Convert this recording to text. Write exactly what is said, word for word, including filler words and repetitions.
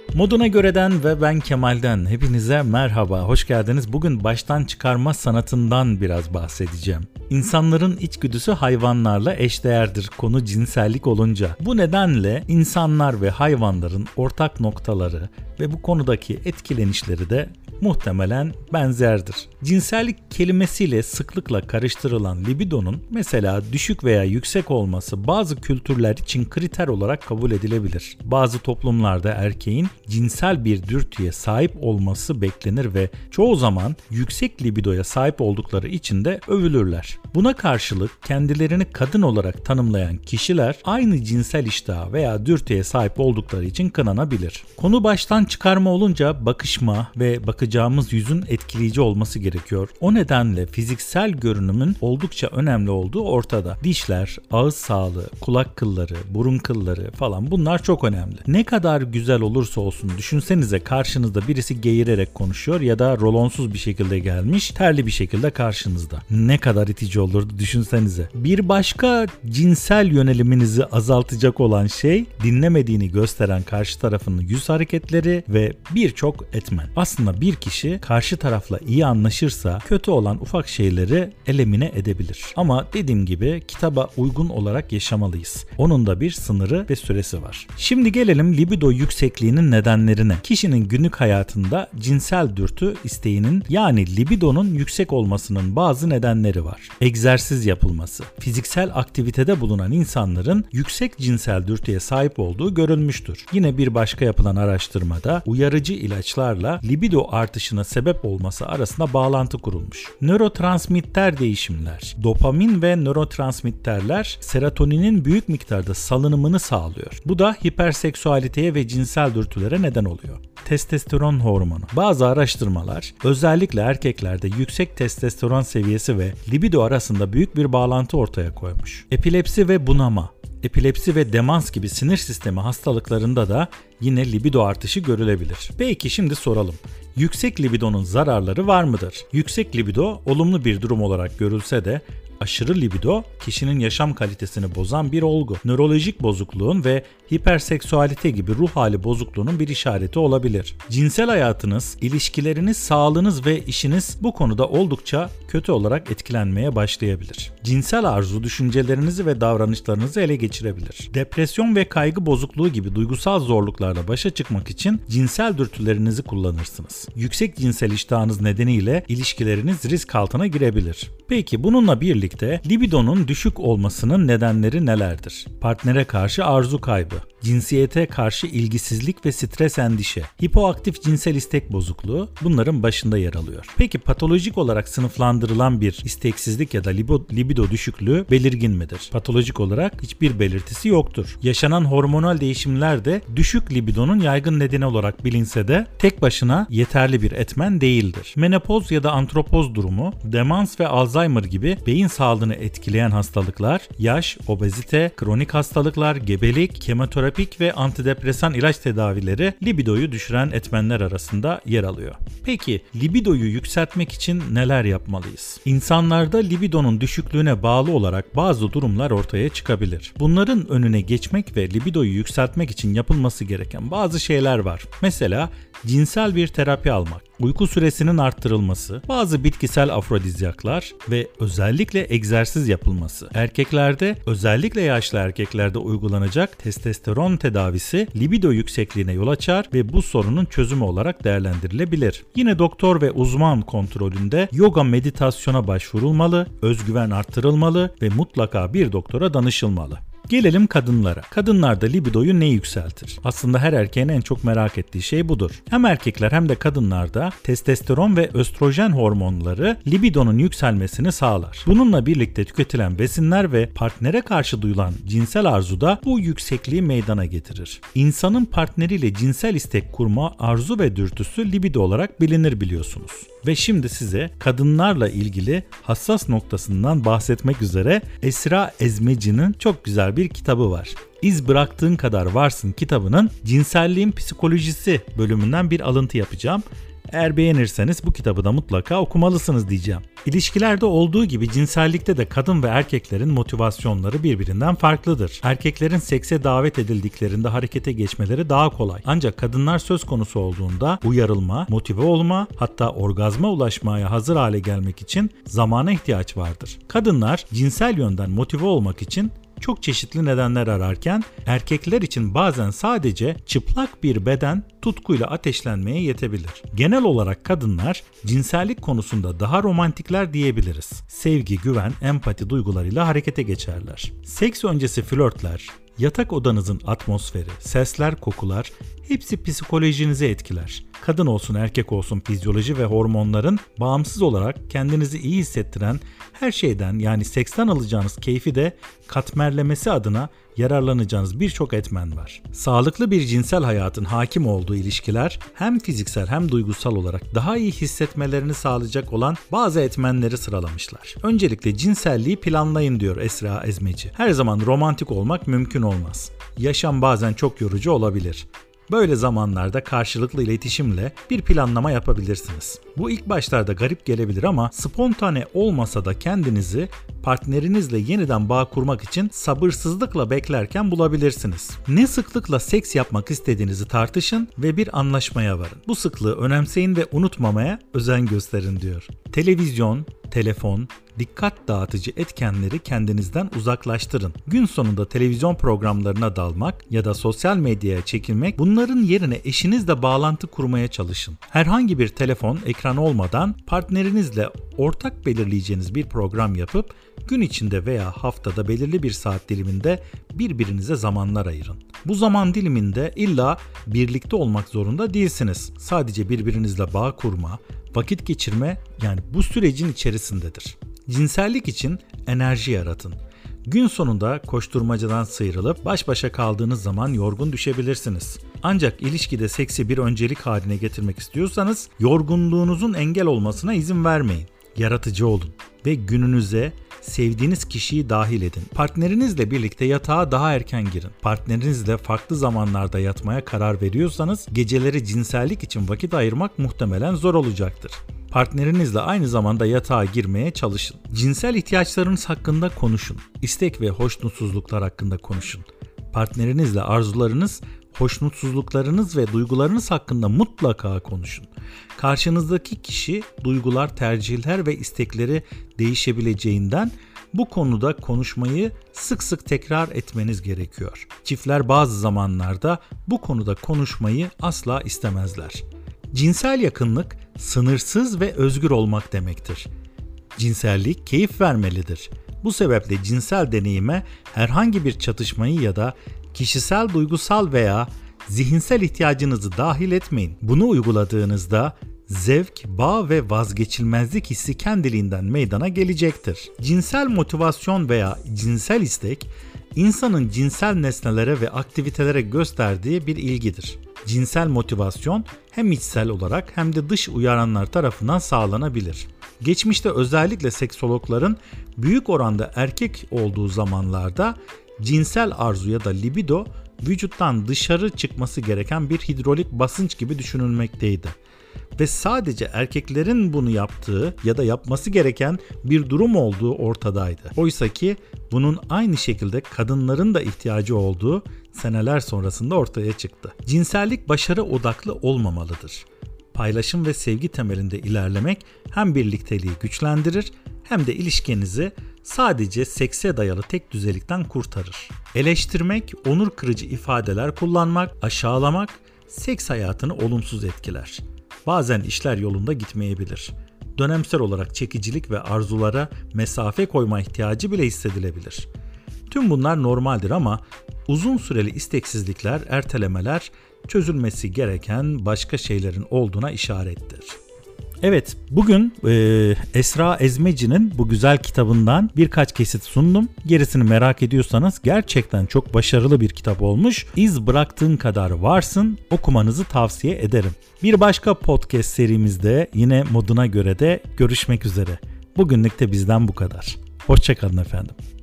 Moduna Göre'den ve ben Kemal'den hepinize merhaba, hoş geldiniz. Bugün baştan çıkarma sanatından biraz bahsedeceğim. İnsanların içgüdüsü hayvanlarla eşdeğerdir konu cinsellik olunca. Bu nedenle insanlar ve hayvanların ortak noktaları ve bu konudaki etkilenişleri de muhtemelen benzerdir. Cinsellik kelimesiyle sıklıkla karıştırılan libidonun mesela düşük veya yüksek olması bazı kültürler için kriter olarak kabul edilebilir. Bazı toplumlarda erkeğin cinsel bir dürtüye sahip olması beklenir ve çoğu zaman yüksek libidoya sahip oldukları için de övülürler. Buna karşılık kendilerini kadın olarak tanımlayan kişiler aynı cinsel iştaha veya dürtüye sahip oldukları için kınanabilir. Konu baştan çıkarma olunca bakışma ve bakacağımız yüzün etkileyici olması gerekiyor. O nedenle fiziksel görünümün oldukça önemli olduğu ortada. Dişler, ağız sağlığı, kulak kılları, burun kılları falan bunlar çok önemli. Ne kadar güzel olursa olsun düşünsenize karşınızda birisi geğirerek konuşuyor ya da rolonsuz bir şekilde gelmiş, terli bir şekilde karşınızda. Ne kadar itici olurdu düşünsenize. Bir başka cinsel yöneliminizi azaltacak olan şey dinlemediğini gösteren karşı tarafın yüz hareketleri ve birçok etmen. Aslında bir kişi karşı tarafla iyi anlaşırsa kötü olan ufak şeyleri elemine edebilir. Ama dediğim gibi kitaba uygun olarak yaşamalıyız. Onun da bir sınırı ve süresi var. Şimdi gelelim libido yüksekliğinin nedenlerine. Kişinin günlük hayatında cinsel dürtü isteğinin yani libidonun yüksek olmasının bazı nedenleri var. Egzersiz yapılması. Fiziksel aktivitede bulunan insanların yüksek cinsel dürtüye sahip olduğu görülmüştür. Yine bir başka yapılan araştırmada uyarıcı ilaçlarla libido artışına sebep olması arasında bağlantı kurulmuş. Nörotransmitter değişimler. Dopamin ve nörotransmitterler serotoninin büyük miktarda salınımını sağlıyor. Bu da hiperseksüaliteye ve cinsel dürtülere neden oluyor. Testosteron hormonu. Bazı araştırmalar özellikle erkeklerde yüksek testosteron seviyesi ve libido arasında büyük bir bağlantı ortaya koymuş. Epilepsi ve bunama. Epilepsi ve demans gibi sinir sistemi hastalıklarında da yine libido artışı görülebilir. Peki şimdi soralım. Yüksek libidonun zararları var mıdır? Yüksek libido olumlu bir durum olarak görülse de aşırı libido kişinin yaşam kalitesini bozan bir olgu. Nörolojik bozukluğun ve hiperseksüalite gibi ruh hali bozukluğunun bir işareti olabilir. Cinsel hayatınız, ilişkileriniz, sağlığınız ve işiniz bu konuda oldukça kötü olarak etkilenmeye başlayabilir. Cinsel arzu düşüncelerinizi ve davranışlarınızı ele geçirebilir. Depresyon ve kaygı bozukluğu gibi duygusal zorluklarla başa çıkmak için cinsel dürtülerinizi kullanırsınız. Yüksek cinsel iştahınız nedeniyle ilişkileriniz risk altına girebilir. Peki bununla birlikte libidonun düşük olmasının nedenleri nelerdir? Partnere karşı arzu kaybı, cinsiyete karşı ilgisizlik ve stres endişe, hipoaktif cinsel istek bozukluğu bunların başında yer alıyor. Peki patolojik olarak sınıflandırılan bir isteksizlik ya da libido, libido düşüklüğü belirgin midir? Patolojik olarak hiçbir belirtisi yoktur. Yaşanan hormonal değişimler de düşük libidonun yaygın nedeni olarak bilinse de tek başına yeterli bir etmen değildir. Menopoz ya da antropoz durumu, demans ve Alzheimer gibi beyin sağlığını etkileyen hastalıklar, yaş, obezite, kronik hastalıklar, gebelik, kemoterapik ve antidepresan ilaç tedavileri libidoyu düşüren etmenler arasında yer alıyor. Peki libidoyu yükseltmek için neler yapmalıyız? İnsanlarda libidonun düşüklüğüne bağlı olarak bazı durumlar ortaya çıkabilir. Bunların önüne geçmek ve libidoyu yükseltmek için yapılması gereken bazı şeyler var. Mesela cinsel bir terapi almak, uyku süresinin arttırılması, bazı bitkisel afrodizyaklar ve özellikle egzersiz yapılması. Erkeklerde, özellikle yaşlı erkeklerde uygulanacak testosteron tedavisi libido yüksekliğine yol açar ve bu sorunun çözümü olarak değerlendirilebilir. Yine doktor ve uzman kontrolünde yoga meditasyona başvurulmalı, özgüven arttırılmalı ve mutlaka bir doktora danışılmalı. Gelelim kadınlara. Kadınlarda libidoyu ne yükseltir? Aslında her erkeğin en çok merak ettiği şey budur. Hem erkekler hem de kadınlarda testosteron ve östrojen hormonları libidonun yükselmesini sağlar. Bununla birlikte tüketilen besinler ve partnere karşı duyulan cinsel arzu da bu yüksekliği meydana getirir. İnsanın partneriyle cinsel istek kurma arzu ve dürtüsü libido olarak bilinir biliyorsunuz. Ve şimdi size kadınlarla ilgili hassas noktasından bahsetmek üzere Esra Ezmeci'nin çok güzel bir kitabı var. İz Bıraktığın Kadar Varsın kitabının cinselliğin psikolojisi bölümünden bir alıntı yapacağım. Eğer beğenirseniz bu kitabı da mutlaka okumalısınız diyeceğim. İlişkilerde olduğu gibi cinsellikte de kadın ve erkeklerin motivasyonları birbirinden farklıdır. Erkeklerin sekse davet edildiklerinde harekete geçmeleri daha kolay. Ancak kadınlar söz konusu olduğunda uyarılma, motive olma, hatta orgazma ulaşmaya hazır hale gelmek için zamana ihtiyaç vardır. Kadınlar cinsel yönden motive olmak için çok çeşitli nedenler ararken erkekler için bazen sadece çıplak bir beden tutkuyla ateşlenmeye yetebilir. Genel olarak kadınlar cinsellik konusunda daha romantikler diyebiliriz. Sevgi, güven, empati duygularıyla harekete geçerler. Seks öncesi flörtler, yatak odanızın atmosferi, sesler, kokular hepsi psikolojinizi etkiler. Kadın olsun erkek olsun fizyoloji ve hormonların bağımsız olarak kendinizi iyi hissettiren her şeyden yani seksten alacağınız keyfi de katmerlemesi adına yararlanacağınız birçok etmen var. Sağlıklı bir cinsel hayatın hakim olduğu ilişkiler hem fiziksel hem duygusal olarak daha iyi hissetmelerini sağlayacak olan bazı etmenleri sıralamışlar. Öncelikle cinselliği planlayın diyor Esra Ezmeci. Her zaman romantik olmak mümkün olmaz. Yaşam bazen çok yorucu olabilir. Böyle zamanlarda karşılıklı iletişimle bir planlama yapabilirsiniz. Bu ilk başlarda garip gelebilir ama spontane olmasa da kendinizi partnerinizle yeniden bağ kurmak için sabırsızlıkla beklerken bulabilirsiniz. Ne sıklıkla seks yapmak istediğinizi tartışın ve bir anlaşmaya varın. Bu sıklığı önemseyin ve unutmamaya özen gösterin diyor. Televizyon, telefon, dikkat dağıtıcı etkenleri kendinizden uzaklaştırın. Gün sonunda televizyon programlarına dalmak ya da sosyal medyaya çekilmek, bunların yerine eşinizle bağlantı kurmaya çalışın. Herhangi bir telefon ekranı olmadan partnerinizle ortak belirleyeceğiniz bir program yapıp gün içinde veya haftada belirli bir saat diliminde birbirinize zamanlar ayırın. Bu zaman diliminde illa birlikte olmak zorunda değilsiniz. Sadece birbirinizle bağ kurma, vakit geçirme yani bu sürecin içerisindedir. Cinsellik için enerji yaratın. Gün sonunda koşturmacadan sıyrılıp baş başa kaldığınız zaman yorgun düşebilirsiniz. Ancak ilişkide seksi bir öncelik haline getirmek istiyorsanız yorgunluğunuzun engel olmasına izin vermeyin. Yaratıcı olun ve gününüze sevdiğiniz kişiyi dahil edin. Partnerinizle birlikte yatağa daha erken girin. Partnerinizle farklı zamanlarda yatmaya karar veriyorsanız geceleri cinsellik için vakit ayırmak muhtemelen zor olacaktır. Partnerinizle aynı zamanda yatağa girmeye çalışın. Cinsel ihtiyaçlarınız hakkında konuşun. İstek ve hoşnutsuzluklar hakkında konuşun. Partnerinizle arzularınız, hoşnutsuzluklarınız ve duygularınız hakkında mutlaka konuşun. Karşınızdaki kişi duygular, tercihler ve istekleri değişebileceğinden bu konuda konuşmayı sık sık tekrar etmeniz gerekiyor. Çiftler bazı zamanlarda bu konuda konuşmayı asla istemezler. Cinsel yakınlık sınırsız ve özgür olmak demektir. Cinsellik keyif vermelidir. Bu sebeple cinsel deneyime herhangi bir çatışmayı ya da kişisel, duygusal veya zihinsel ihtiyacınızı dahil etmeyin. Bunu uyguladığınızda zevk, bağ ve vazgeçilmezlik hissi kendiliğinden meydana gelecektir. Cinsel motivasyon veya cinsel istek, insanın cinsel nesnelere ve aktivitelere gösterdiği bir ilgidir. Cinsel motivasyon hem içsel olarak hem de dış uyaranlar tarafından sağlanabilir. Geçmişte özellikle seksologların büyük oranda erkek olduğu zamanlarda cinsel arzu ya da libido vücuttan dışarı çıkması gereken bir hidrolik basınç gibi düşünülmekteydi. Ve sadece erkeklerin bunu yaptığı ya da yapması gereken bir durum olduğu ortadaydı. Oysa ki bunun aynı şekilde kadınların da ihtiyacı olduğu seneler sonrasında ortaya çıktı. Cinsellik başarı odaklı olmamalıdır. Paylaşım ve sevgi temelinde ilerlemek hem birlikteliği güçlendirir hem de ilişkinizi sadece sekse dayalı tek düzelikten kurtarır. Eleştirmek, onur kırıcı ifadeler kullanmak, aşağılamak seks hayatını olumsuz etkiler. Bazen işler yolunda gitmeyebilir. Dönemsel olarak çekicilik ve arzulara mesafe koyma ihtiyacı bile hissedilebilir. Tüm bunlar normaldir ama uzun süreli isteksizlikler, ertelemeler çözülmesi gereken başka şeylerin olduğuna işarettir. Evet, bugün e, Esra Ezmeci'nin bu güzel kitabından birkaç kesit sundum. Gerisini merak ediyorsanız gerçekten çok başarılı bir kitap olmuş. İz bıraktığın kadar varsın, okumanızı tavsiye ederim. Bir başka podcast serimizde yine moduna göre de görüşmek üzere. Bugünlük de bizden bu kadar. Hoşça kalın efendim.